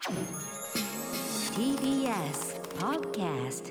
TBS Podcast。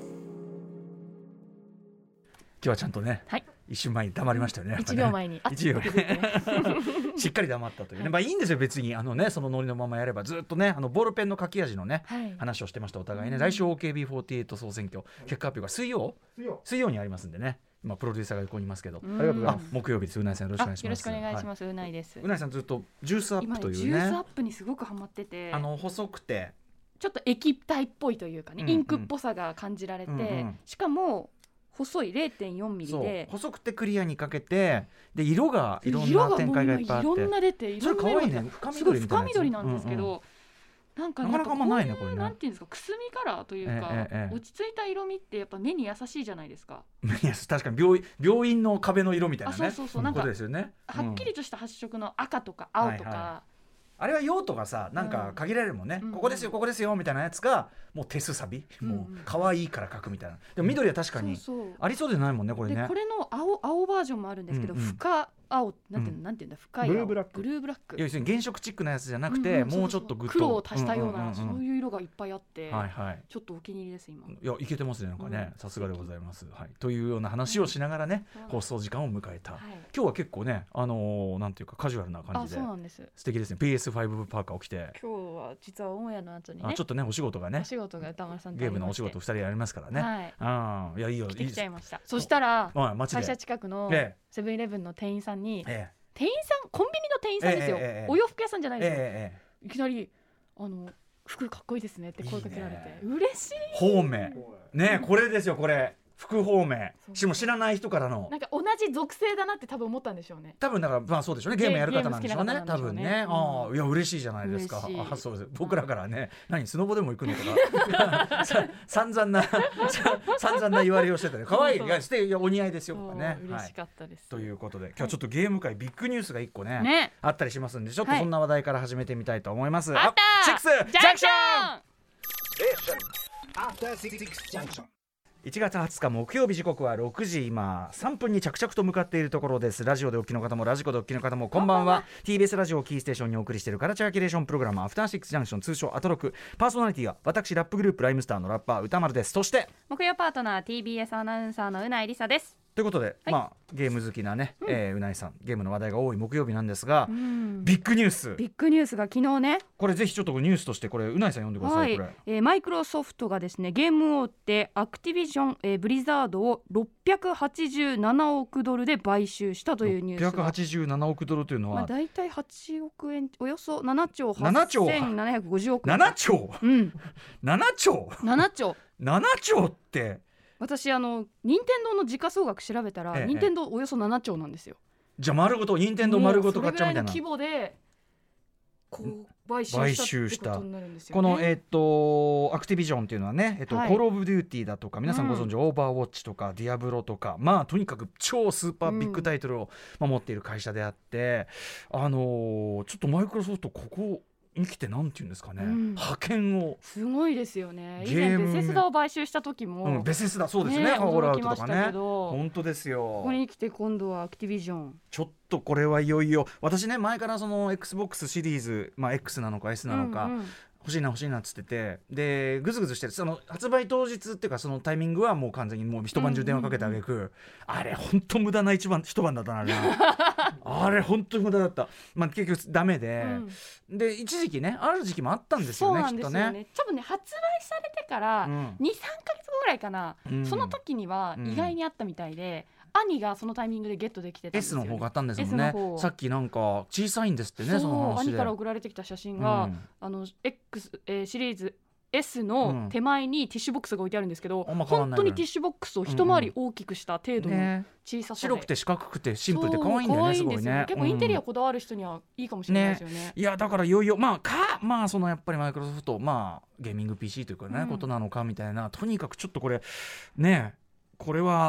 今日はちゃんとね、 はい、 一瞬前に黙りましたよね。 1秒前に 1秒しっかり黙ったというね、まあいいんですよ別にそのノリのままやればずっとねボールペンの書き味のね、はい、話をしてましたお互いね。来週 OKB48 総選挙結果発表が水曜にありますんでね。今プロデューサーが横にいますけど、木曜日です。うないさんよろしくお願いします。 よろしくお願いします。うないです。 うないさんずっとジュースアップというね、 ジュースアップにすごくハマってて、 細くてちょっと液体っぽいというかね、インクっぽさが感じられて、しかも細い 0.4 ミリで細くてクリアにかけて、で色がいろんな展開がいっぱいあって、 いろんな出て、 それ可愛いね。 深緑なんですけど、なかなかあんまないねこれね。なんていうんですか、くすみカラーというか、落ち着いた色味ってやっぱ目に優しいじゃないですか。 確かに病院の壁の色みたいなね。 そうなんかですよね。 はっきりとした発色の赤とか青とか。 あれは用途がさ、なんか限られるもんね、ここですよみたいなやつがもう手すさび、もう可愛いから描くみたいな。でも緑は確かにありそうでないもんねこれね。 でこれの青バージョンもあるんですけど、深青なんていうんだ、深い青、ブルーブラック、 要するに原色チックなやつじゃなくて、もうちょっとグッと黒を足したような、そういう色がいっぱいあって、ちょっとお気に入りです今。 いや、いけてますねなんかね、さすがでございます。というような話をしながらね、放送時間を迎えた。今日は結構ね、なんていうかカジュアルな感じで素敵ですね。 PS5 パーカーを着て、 今日は実はオンエアの後にね、 ちょっとねお仕事が歌丸さんゲームのお仕事2人やりますからね。いや、いいよ、 来てきちゃいました。そしたら会社近くのセブンイレブンの店員さんに、コンビニの店員さんですよ、お洋服屋さんじゃないですよ、いきなり服かっこいいですねって声かけられて、嬉しい。 方面ね、これですよ、これ副方面、しかも知らない人からの、 なんか同じ属性だなって多分思ったんでしょうね。 多分だからまあそうでしょうね、ゲームやる方なんでしょうね多分ね。いや嬉しいじゃないですか。そうです。僕らからね、スノボでも行くのとか散々な言われをしてたね。可愛い、いやお似合いですよとかね。 嬉しかったです。 ということで今日ちょっとゲーム界ビッグニュースが1個ねあったりしますんで、ちょっとそんな話題から始めてみたいと思います。 あった 6ジャンクション。1月20日木曜日、時刻は6時今3分に着々と向かっているところです。ラジオでお聞きの方もラジコでお聞きの方もこんばんは。 TBS ラジオをキーステーションにお送りしているカルチャーキュレーションプログラム、アフターシックスジャンクション、通称アトロク。パーソナリティは私ラップグループライムスターのラッパー歌丸です。そして木曜パートナー TBS アナウンサーのうないりさです。 ということで、ゲーム好きなね、うないさん、ゲームの話題が多い木曜日なんですが、ビッグニュースが昨日ね、これぜひちょっとニュースとしてこれうないさん読んでください。これマイクロソフトがですね、ゲーム大手アクティビジョン、ブリザードを687億ドルで買収したというニュースが。 687億ドルというのは、 だいたい8億円、およそ7兆8750億円。 7兆、7兆って私任天堂の時価総額調べたら、任天堂およそ7兆なんですよ。 じゃあ丸ごと任天堂丸ごと買っちゃうみたいな、 それぐらいの規模でこう買収したってことになるんですよね。 このアクティビジョンっていうのはね、コールオブデューティーだとか皆さんご存知、オーバーウォッチとかディアブロとか、とにかく超スーパービッグタイトルを持っている会社であって、ちょっとマイクロソフトここ生きてなんていうんですかね、覇権を、 すごいですよね。以前ベセスダを買収した時も、 ベセスダ、そうですね、 驚きましたけど、 本当ですよ。 ここに来て今度はアクティビジョン、 ちょっとこれはいよいよ、私ね前からその XBOX シリーズ、X なのか S なのか、欲しいなっつってて、でグズグズしてる、その発売当日っていうかそのタイミングはもう完全にもう一晩中電話かけてあげく、あれ本当無駄な一晩だったなあれ本当に無駄だった。結局ダメで、で一時期ね、ある時期もあったんですよね。 そうなんですよね、 きっとね。 多分ね、発売されてから 2,3 ヶ月後ぐらいかな、その時には意外にあったみたいで、兄がそのタイミングでゲットできてたんですよ、ね、 S の方があったんですもんね。さっきなんか小さいんですってね、その話で兄から送られてきた写真が、X、シリーズ S の手前にティッシュボックスが置いてあるんですけど、本当にティッシュボックスを一回り大きくした程度の小ささで、 白くて四角くてシンプルで可愛いんだよね。すごいね。 結構インテリアこだわる人にはいいかもしれないですよね。 いやだからいよいよそのやっぱりマイクロソフト、ゲーミング PC というかね、ことなのかみたいな、とにかくちょっとこれね、これは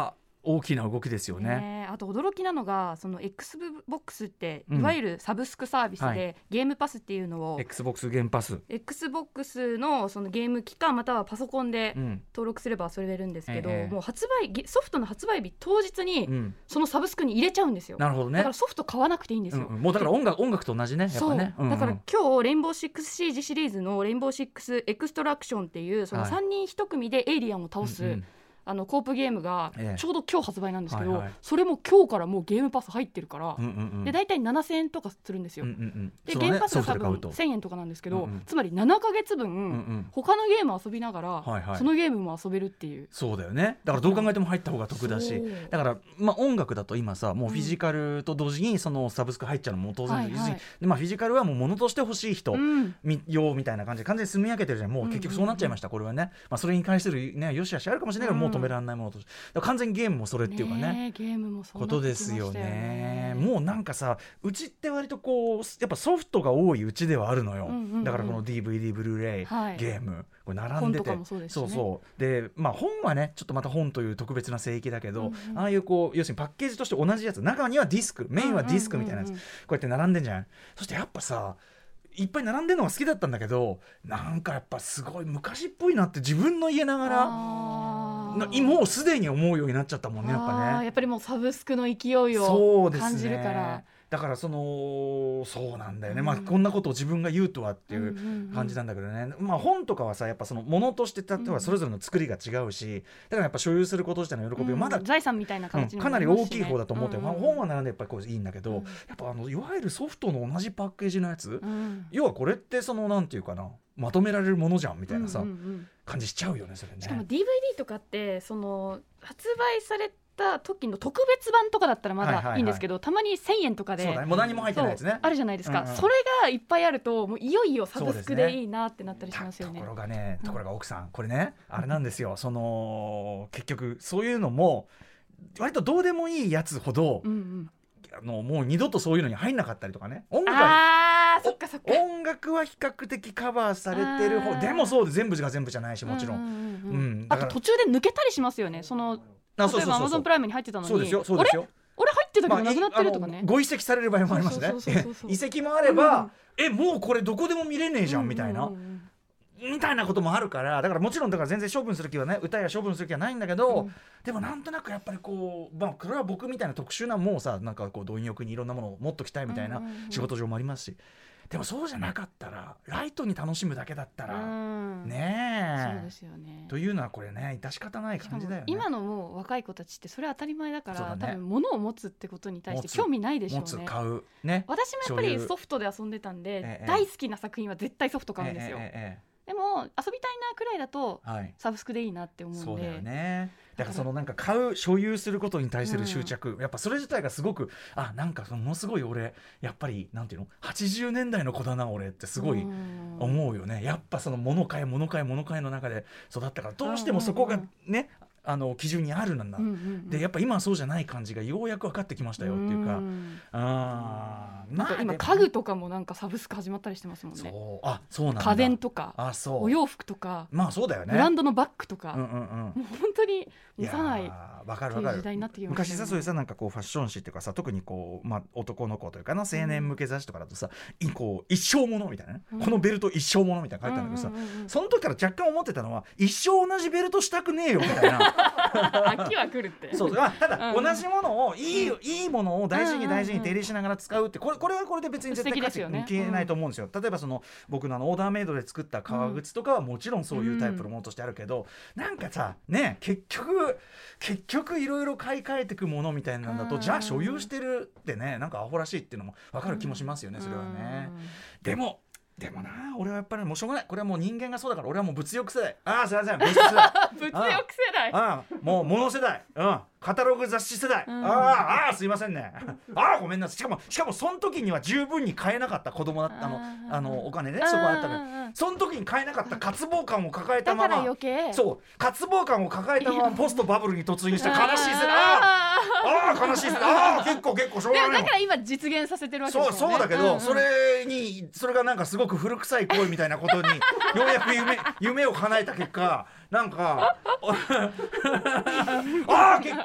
大きな動きですよね。 あと驚きなのがその XBOX っていわゆるサブスクサービスで、ゲームパスっていうのを XBOX ゲームパス XBOX のそのゲーム機かまたはパソコンで登録すればそれでるんですけど、もうソフトの発売日当日にそのサブスクに入れちゃうんですよ。 なるほどね。 だからソフト買わなくていいんですよ、 もうだから音楽と同じね、やっぱね。 だから今日レインボーシックスシージシリーズのレインボーシックスエクストラクションっていうその3人1組でエイリアンを倒す、コープゲームがちょうど今日発売なんですけど、それも今日からもうゲームパス入ってるから、で大体7000円とかするんですよ、でゲームパスが多分1000円とかなんですけど、つまり7ヶ月分、他のゲーム遊びながら、そのゲームも遊べるっていう。 そうだよね。だからどう考えても入った方が得だし、だから音楽だと今さもうフィジカルと同時にそのサブスク入っちゃうのも当然ですし、でフィジカルはもう物として欲しい人用みたいな感じで完全に住み分けてるじゃん。もう結局そうなっちゃいました、これはね。それに関するねよしあしあるかもしれないけど、もう止められないものとして、完全にゲームもそれっていうかね、 ゲームもそうことですよね。もうなんかさ、うちって割とこうやっぱソフトが多いうちではあるのよ、だからこの DVD ブルーレイ、ゲームこれ並んでて、そうで本はねちょっとまた本という特別な聖域だけど、ああいうこう要するにパッケージとして同じやつ、中にはディスク、メインはディスクみたいなやつ、こうやって並んでんじゃん。そしてやっぱさいっぱい並んでるのが好きだったんだけど、なんかやっぱすごい昔っぽいなって自分の家ながらもうすでに思うようになっちゃったもんね、やっぱね。 やっぱりもうサブスクの勢いを感じるから、 だからそうなんだよね、こんなことを自分が言うとはっていう感じなんだけどね、本とかはさやっぱそのものとして例えばそれぞれの作りが違うし、だからやっぱ所有すること自体の喜びをまだ、 財産みたいな形にかなり大きい方だと思って、本は並んでやっぱりこういいんだけど、やっぱいわゆるソフトの同じパッケージのやつ、要はこれってそのなんていうかな、まとめられるものじゃんみたいなさ、感じしちゃうよね、それね。 しかも DVD とかってその発売された時の特別版とかだったらまだいいんですけど、たまに1000円とかで、 そうだね、もう何も入ってないやつね、 あるじゃないですか、それがいっぱいあるともういよいよサブスクでいいなってなったりしますよね。 ところが奥さんこれねあれなんですよ、その結局そういうのも割とどうでもいいやつほど、もう二度とそういうのに入んなかったりとかね。音楽は比較的カバーされてる方でも、そうで全部が全部じゃないし、もちろん、 あと途中で抜けたりしますよね。その例えば Amazon プライムに入ってたのに、俺入ってたけどなくなってるとかね、 ご移籍される場合もありますね。移籍もあれば、もうこれどこでも見れねえじゃんみたいなみたいなこともあるから、だからもちろんだから全然処分する気はね、歌や処分する気はないんだけど、でもなんとなくやっぱりこう、これは僕みたいな特殊なもうさ、なんかこう貪欲にいろんなものを持っときたいみたいな仕事上もありますし、でもそうじゃなかったらライトに楽しむだけだったらねえ、 そうですよね。 というのはこれね致し方ない感じだよね。 今のもう若い子たちってそれは当たり前だから、多分物を持つってことに対して興味ないでしょうね。 持つ買うね。 私もやっぱりソフトで遊んでたんで、大好きな作品は絶対ソフト買うんですよ。でも遊びたいなくらいだと、サブスクでいいなって思うんで。 そうだよね。だからそのなんか所有することに対する執着、やっぱそれ自体がすごくなんかものすごい俺やっぱりなんていうの80年代の子だな俺ってすごい思うよね。やっぱその物買いの中で育ったからどうしてもそこがね基準にあるなんだ、でやっぱ今はそうじゃない感じがようやく分かってきましたよっていうか、 なんか今家具とかもなんかサブスク始まったりしてますもんね。 そうなんだ。 家電とかお洋服とか、 そうだよね、 ブランドのバッグとか、もう本当に持たないっていう時代になってきましたよね。 昔さ、そういうさなんかこうファッション誌っていうかさ、特にこう、男の子というかな青年向け雑誌とかだとさ、こう一生ものみたいなね、このベルト一生ものみたいな書いてあるんだけどさ、その時から若干思ってたのは一生同じベルトしたくねえよみたいな飽きは来るってそうただ同じものをいいものを大事に手入れしながら使うって、これはこれで別に絶対価値消えないと思うんですよ。例えばその僕のオーダーメイドで作った革靴とかはもちろんそういうタイプのものとしてあるけど、なんかさね結局いろいろ買い替えていくものみたいなんだと、じゃあ所有してるってねなんかアホらしいっていうのも分かる気もしますよね、それはね。でもな、俺はやっぱりもうしょうがない。これはもう人間がそうだから、俺はもう物欲世代。すいません、物欲世代物欲世代もう物世代、カタログ雑誌世代、すいませんねごめんなさい。しかもその時には十分に買えなかった子供だったお金ね、そこあったから、その時に買えなかった渇望感を抱えたまま、そう渇望感を抱えたままポストバブルに突入した悲しい世代、悲しい世代、結構しょうがない。 だから今実現させてるわけですよね。 そうだけど、それがなんかすごく古臭い行為みたいなことにようやく夢を叶えた結果、なんか結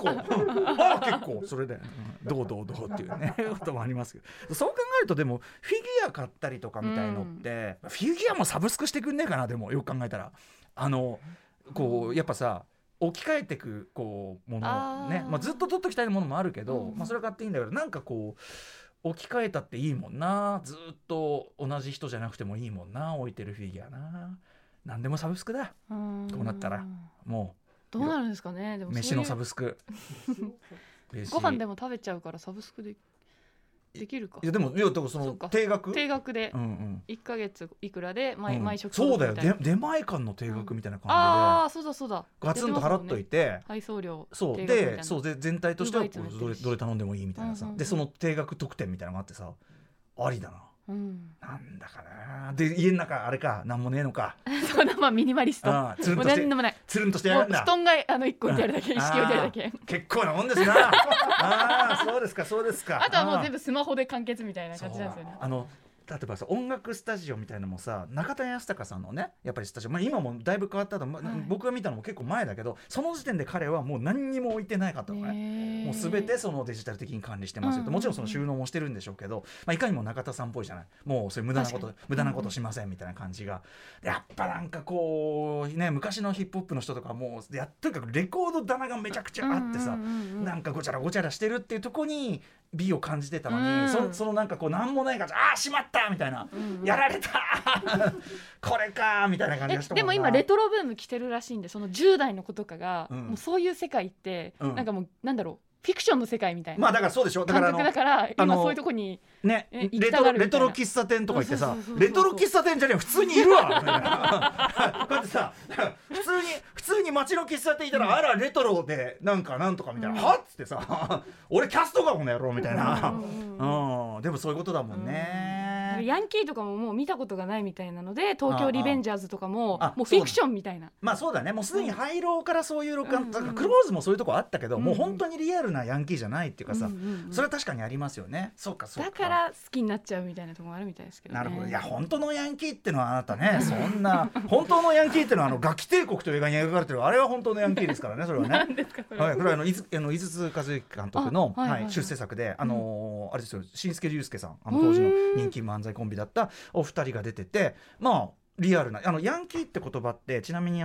結構それで、どうっていうねこともありますけど、そう考えるとでもフィギュア買ったりとかみたいのって、フィギュアもサブスクしてくんねえかな。でもよく考えたらこうやっぱさ置き換えてくこうものね、ずっと取っときたいものもあるけど、それは買っていいんだけど、なんかこう置き換えたっていいもんな。ずっと同じ人じゃなくてもいいもんな、置いてるフィギュアな。何でもサブスクだ。こうなったらもうどうなるんですかね。でも飯のサブスクご飯でも食べちゃうからサブスクできるか。 いやでもその定額で 1ヶ月いくらで毎食そうだよ、出前館の定額みたいな感じで、 ああそうだガツンと払っといて、 配送料そうで全体としてはどれ頼んでもいいみたいなさ、でその定額特典みたいなのがあってさ、ありだな。なんだかな。で家の中あれか、なんもねえのか。 そうだ、ミニマリスト。もう何でもない。 つるんとしてやるんだ。 布団が1個置いてあるだけ、一式置いてあるだけ。 結構なもんですな。そうですか。 あとはもう全部スマホで完結みたいな感じなんですよね。 例えばさ、音楽スタジオみたいなのもさ、中田泰孝さんのねやっぱりスタジオ、今もだいぶ変わったと、僕が見たのも結構前だけど、その時点で彼はもう何にも置いてないかったのね。もう全てそのデジタル的に管理してますよと、もちろんその収納もしてるんでしょうけど、いかにも中田さんっぽいじゃない。もうそれ無駄なことしませんみたいな感じが、やっぱなんかこうね、昔のヒップホップの人とかもうとにかくレコード棚がめちゃくちゃあってさ、なんかごちゃらしてるっていうとこに美を感じてたのに、そのなんかこうなんもないから、しまったみたいな、やられたこれかみたいな感じがしたもんな。 でも今レトロブーム来てるらしいんで、その10代の子とかが、もうそういう世界って、なんかもうなんだろう、フィクションの世界みたいな、 だからそうでしょ。 だから今そういうとこにね、レトロ喫茶店とか行ってさ、レトロ喫茶店じゃねえ、普通にいるわみたいな。こうやってさ、普通に街の喫茶店いたら、あらレトロでなんとかみたいな、はっつってさ、俺キャストかこの野郎みたいな。でもそういうことだもんね。 ヤンキーとかももう見たことがないみたいなので、東京リベンジャーズとかももうフィクションみたいな。 そうだね、もうすでに廃炉からそういうクローズもそういうとこあったけど、もう本当にリアルなヤンキーじゃないっていうかさ、それは確かにありますよね。そうかだから好きになっちゃうみたいなところもあるみたいですけどね。 なるほど。いや本当のヤンキーってのはあなたね、そんな本当のヤンキーってのはガキ帝国という映画に描かれてるあれは本当のヤンキーですからね、それはね。 何ですかそれは。 これは井筒和之監督の出世作で、あれですよ、新助竜介さん、当時の人気漫才コンビだったお二人が出てて、リアルなヤンキーって言葉って、ちなみに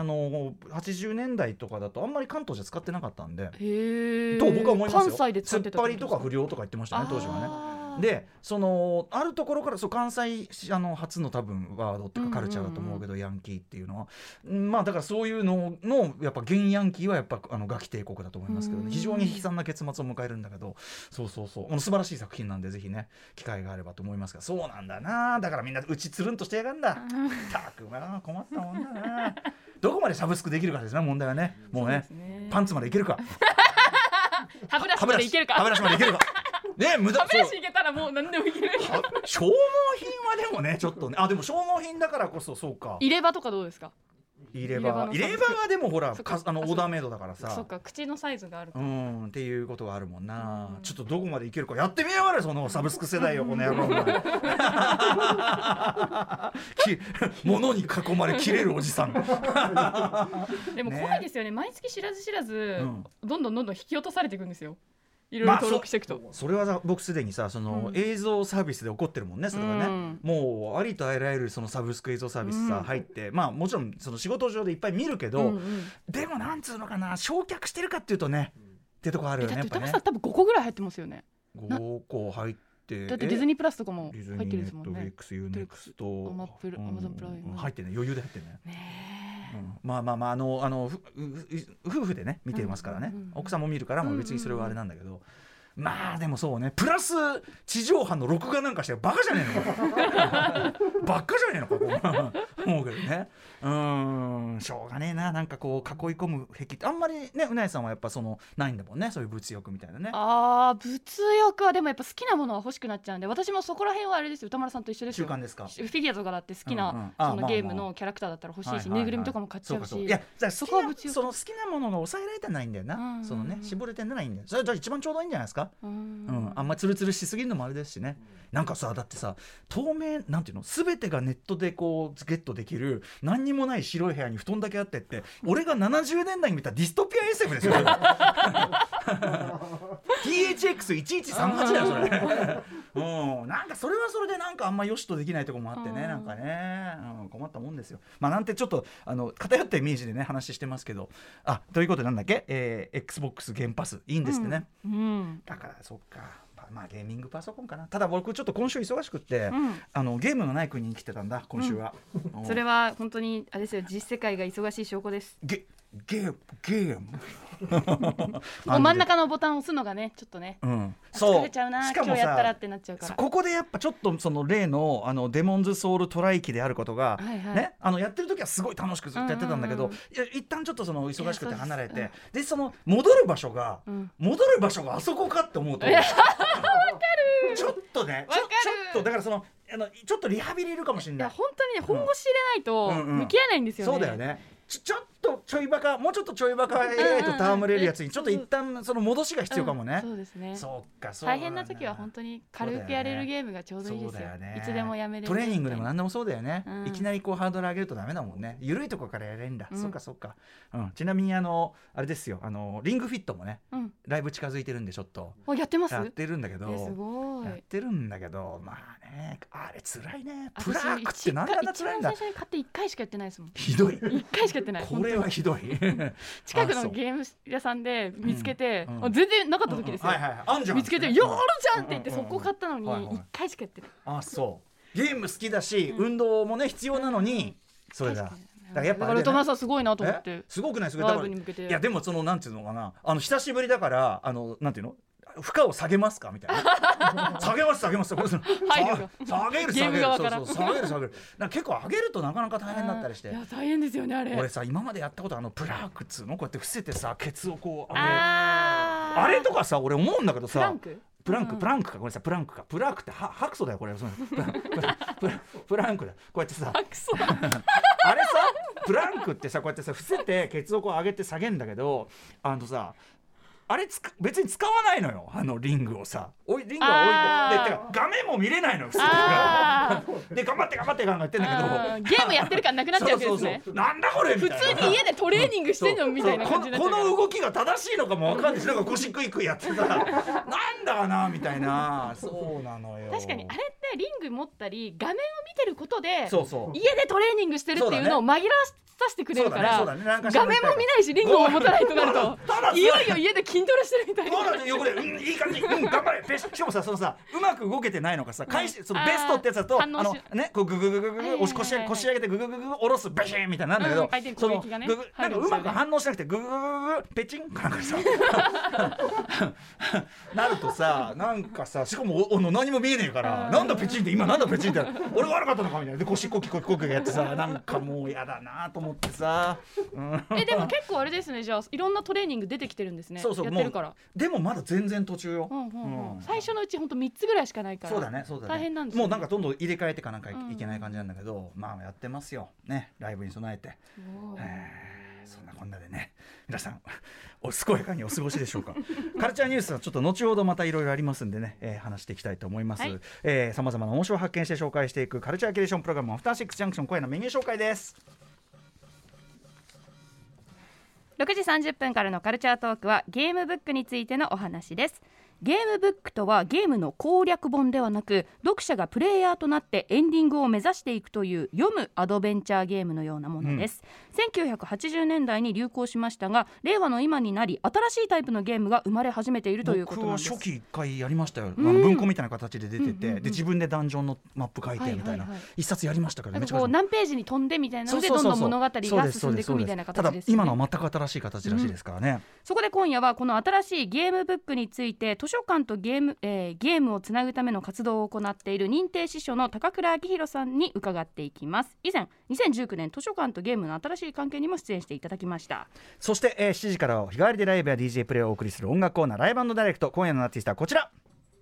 80年代とかだとあんまり関東じゃ使ってなかったんで、と僕は思いますよ。 関西で使ってた。 突っ張りとか不良とか言ってましたね、当時はね。であるところから関西初の多分ワードっていうかカルチャーだと思うけど、ヤンキーっていうのはだからそういうののやっぱ現ヤンキーはやっぱガキ帝国だと思いますけどね。非常に悲惨な結末を迎えるんだけど、そう素晴らしい作品なんで、ぜひね機会があればと思いますが、そうなんだな。だからみんなうちつるんとしてやがんだ。たくま困ったもんだな。どこまでサブスクできるかですね、問題はね。もうね、パンツまでいけるか、 歯ブラシまでいけるか、 ね、無駄。 歯ブラシいけたらもう何でもいける。 消耗品はでもねちょっとね、でも消耗品だからこそ、そうか。 入れ歯とかどうですか。 入れ歯はでもほらオーダーメイドだからさ、 そうか、口のサイズがあるから、 っていうことがあるもんな。ちょっとどこまでいけるかやってみやがれ、そのサブスク世代よこの野郎。物に囲まれ切れるおじさん。 でも怖いですよね。毎月知らず、どんどん引き落とされていくんですよ。いろいろ登録していくと、 それは僕すでにさ、映像サービスで起こってるもんね、それはね。もうありとあらゆるそのサブスク映像サービスさ入って、もちろんその仕事上でいっぱい見るけど、でもなんつうのかな、焼却してるかっていうとねってとこあるよね。 だって歌丸さん多分5個ぐらい入ってますよね。 5個入って、 だってディズニープラスとかも入ってるんですもんね。 ディズニー、Netflix、 アマゾンプライム入ってね、余裕で入ってね。夫婦でね見てますからね、奥さんも見るから別にそれはあれなんだけど、でもそうね、プラス地上波の録画なんかしてバカじゃねえのかバカじゃねえのか思うけどね。しょうがねえな。なんかこう囲い込む癖ってあんまりね、うなえさんはやっぱないんだもんね、そういう物欲みたいなね。 物欲はでもやっぱ好きなものは欲しくなっちゃうんで、私もそこら辺はあれですよ、歌丸さんと一緒ですよ。 習慣ですか。 フィギュアとかだって好きなそのゲームのキャラクターだったら欲しいし、ぬいぐるみとかも買っちゃうし。 いや、そこはその好きなものが抑えられてないんだよな。そのね、絞れてないんだよ。それじゃあ一番ちょうどいいんじゃないですか。 か、あんまツルツルしすぎるのもあれですしね。なんかさだってさ透明なんていうの全てがネットでこうゲットできる何にもない白い部屋に布団だけあってって俺が70年代に見たディストピア SF ですよTHX1138 だよそれなんかそれはそれでなんかあんまよしとできないところもあってねなんかね、困ったもんですよ。まあなんてちょっと偏ったイメージでね話してますけどということでなんだっけ、XBOX ゲームパスいいんですってね、だからそっかまあゲーミングパソコンかな。ただ僕ちょっと今週忙しくって、ゲームのない国に来てたんだ今週は、 それは本当にあれですよ実世界が忙しい証拠です。 ゲーム真ん中のボタンを押すのがねちょっとね、疲れちゃうな今日やったらってなっちゃうからここでやっぱちょっとその例のデモンズソウルトライ機であることが、ねやってる時はすごい楽しくずっとやってたんだけど、一旦ちょっとその忙しくて離れてでその戻る場所があそこかって思うとちょっとねちょっとだからそのちょっとリハビリいるかもしれない。 いや本当にね本腰入れないと向き合えないんですよね。 そうだよね。ちょっとちょいバカもうちょっとちょいバカ AI と戯れるやつにちょっと一旦その戻しが必要かもね。 そうですね。 そうか大変な時は本当に軽くやれるゲームがちょうどいいですよ。いつでもやめれる。 トレーニングでも何でもそうだよね。いきなりこうハードル上げるとダメだもんね。緩いとこからやれるんだ。そうかそうか。ちなみにあれですよリングフィットもねライブ近づいてるんでちょっとやってます。 やってるんだけどすごいやってるんだけどまあねあれ辛いね。プラークってなんであんな辛いんだ。 一番最初に買って1回しかやってないですもん。 ひどい。 1回しかやってない。 これはひどい。 近くのゲーム屋さんで見つけて全然なかった時ですよ。見つけてやるじゃんって言ってそこ買ったのに1回しかやってない。 そうゲーム好きだし運動もね必要なのにそれだ。だからやっぱ歌丸さんすごいなと思って。 すごくないすごい。いやでもそのなんていうのかな久しぶりだからなんていうの負荷を下げますかみたいな下げます下げます下げる結構上げるとなかなか大変だったりして。 いや大変ですよねあれ。 俺さ今までやったことプラークっつうのこうやって伏せてさケツをこうあれとかさ俺思うんだけどさプランクかこれさプランクってハクソだよこれプランクだこうやってさあれさプランクってさこうやってさ伏せてケツをこう上げて下げんだけどさあれ別に使わないのよリングをさリングは置いてで画面も見れないのよで頑張って言ってんだけどゲームやってるからなくなっちゃうわけですね。 なんだこれみたいな普通に家でトレーニングしてんのみたいな感じになっちゃう。 この動きが正しいのかも分かんないしなんか腰クイクイやってさなんだかなみたいな。そうなのよ。 確かにあれってリング持ったり画面を見てることで家でトレーニングしてるっていうのを紛らわさせてくれるから画面も見ないしリングも持たないとなるといよいよ家で筋トレしてるみたいな。 そうなんで横でいい感じ頑張れ。しかもさそのさうまく動けてないのかさそのベストってやつだとねこうググググググ腰上げてググググ下ろすベシーンみたいなんだけどそのなんかうまく反応しなくてグググググペチンかなんかさなるとさなんかさしかも何も見えねえからなんだペチンって今なんだペチンって俺悪かったのかみたいなで腰コキコキやってさなんかもうやだなと思ってさでも結構あれですねじゃあいろんなトレーニング出てきてるんですね。 そうやってるから。 でもまだ全然途中よ。 最初のうちほんと3つぐらいしかないから。 そうだね大変なんですもうなんかどんどん入れ替えていかなんかいけない感じなんだけどまあやってますよねライブに備えて。そんなこんなでね皆さん健やかにお過ごしでしょうか。カルチャーニュースはちょっと後ほどまたいろいろありますんでね、話していきたいと思います。さまざまな面白を発見して紹介していくカルチャーキュレーションプログラムアフターシックスジャンクション今夜のメニュー紹介です。 6時30分からのカルチャートークはゲームブックについてのお話です。ゲームブックとはゲームの攻略本ではなく読者がプレイヤーとなってエンディングを目指していくという読むアドベンチャーゲームのようなものです、1980年代に流行しましたが令和の今になり新しいタイプのゲームが生まれ始めているということなんです。 僕は初期1回やりましたよ、文庫みたいな形で出てて、で自分でダンジョンのマップ書いてみたいな、一冊やりましたからね。 なんかこう何ページに飛んでみたいなのでどんどん物語が進んでいくみたいな形ですね。 ただ今のは全く新しい形らしいですからね、 そこで今夜はこの新しいゲームブックについて図書館とゲームをつなぐための活動を行っている認定司書の高倉明宏さんに伺っていきます。以前2019年図書館とゲームの新しい関係にも出演していただきました。 そして、7時からは日替わりでライブや DJ プレイをお送りする音楽コーナーライブ&ダイレクト。今夜のアーティストはこちら。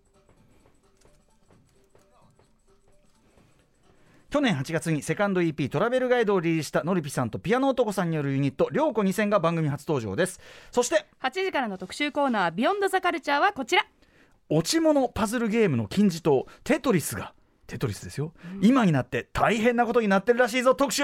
去年8月にセカンド EP トラベルガイドをリリースしたのりぴさんとピアノ男さんによるユニットりょうこ2000が番組初登場です。そして 8時からの特集コーナービヨンドザカルチャーはこちら。 落ち物パズルゲームの金字塔テトリスがテトリスですよ、今になって大変なことになってるらしいぞ特集。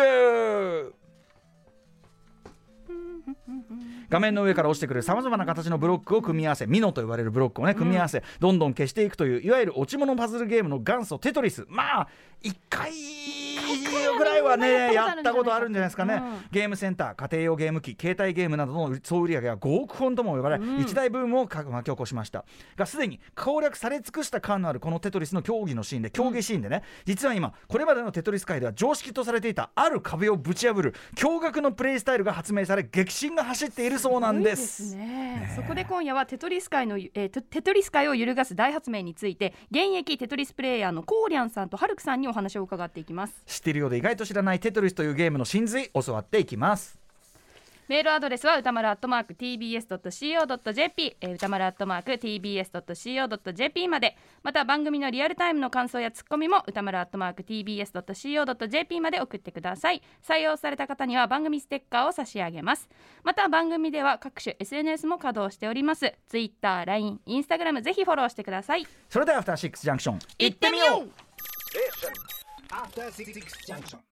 画面の上から落ちてくるさまざまな形のブロックを組み合わせ、ミノと呼ばれるブロックをね組み合わせ、どんどん消していくといういわゆる落ち物パズルゲームの元祖テトリス。まあ1回ぐらいはねやったことあるんじゃないですかね、ゲームセンター、家庭用ゲーム機、携帯ゲームなどの総売上が5億本とも呼ばれ、一大ブームを巻き起こしましたが、すでに攻略され尽くした感のあるこのテトリスの競技シーンでね、実は今これまでのテトリス界では常識とされていたある壁をぶち破る驚愕のプレイスタイルが発明され、激震が走っているそうなんです。 そこで今夜はテトリス界を揺るがす大発明について、現役テトリスプレイヤーのコーリャンさんとハルクさんにお話を伺っていきます。 知っているようで意外と知らないテトリスというゲームの真髄教わっていきます。 メールアドレスは歌丸@tbs.co.jp、歌丸@tbs.co.jp まで、また番組のリアルタイムの感想やツッコミも歌丸@tbs.co.jp まで送ってください。採用された方には番組ステッカーを差し上げます。また番組では各種 SNS も稼働しております。 Twitter、LINE、Instagram ぜひフォローしてください。 それではアフターシックスジャンクション行ってみよう。 After 66 junction.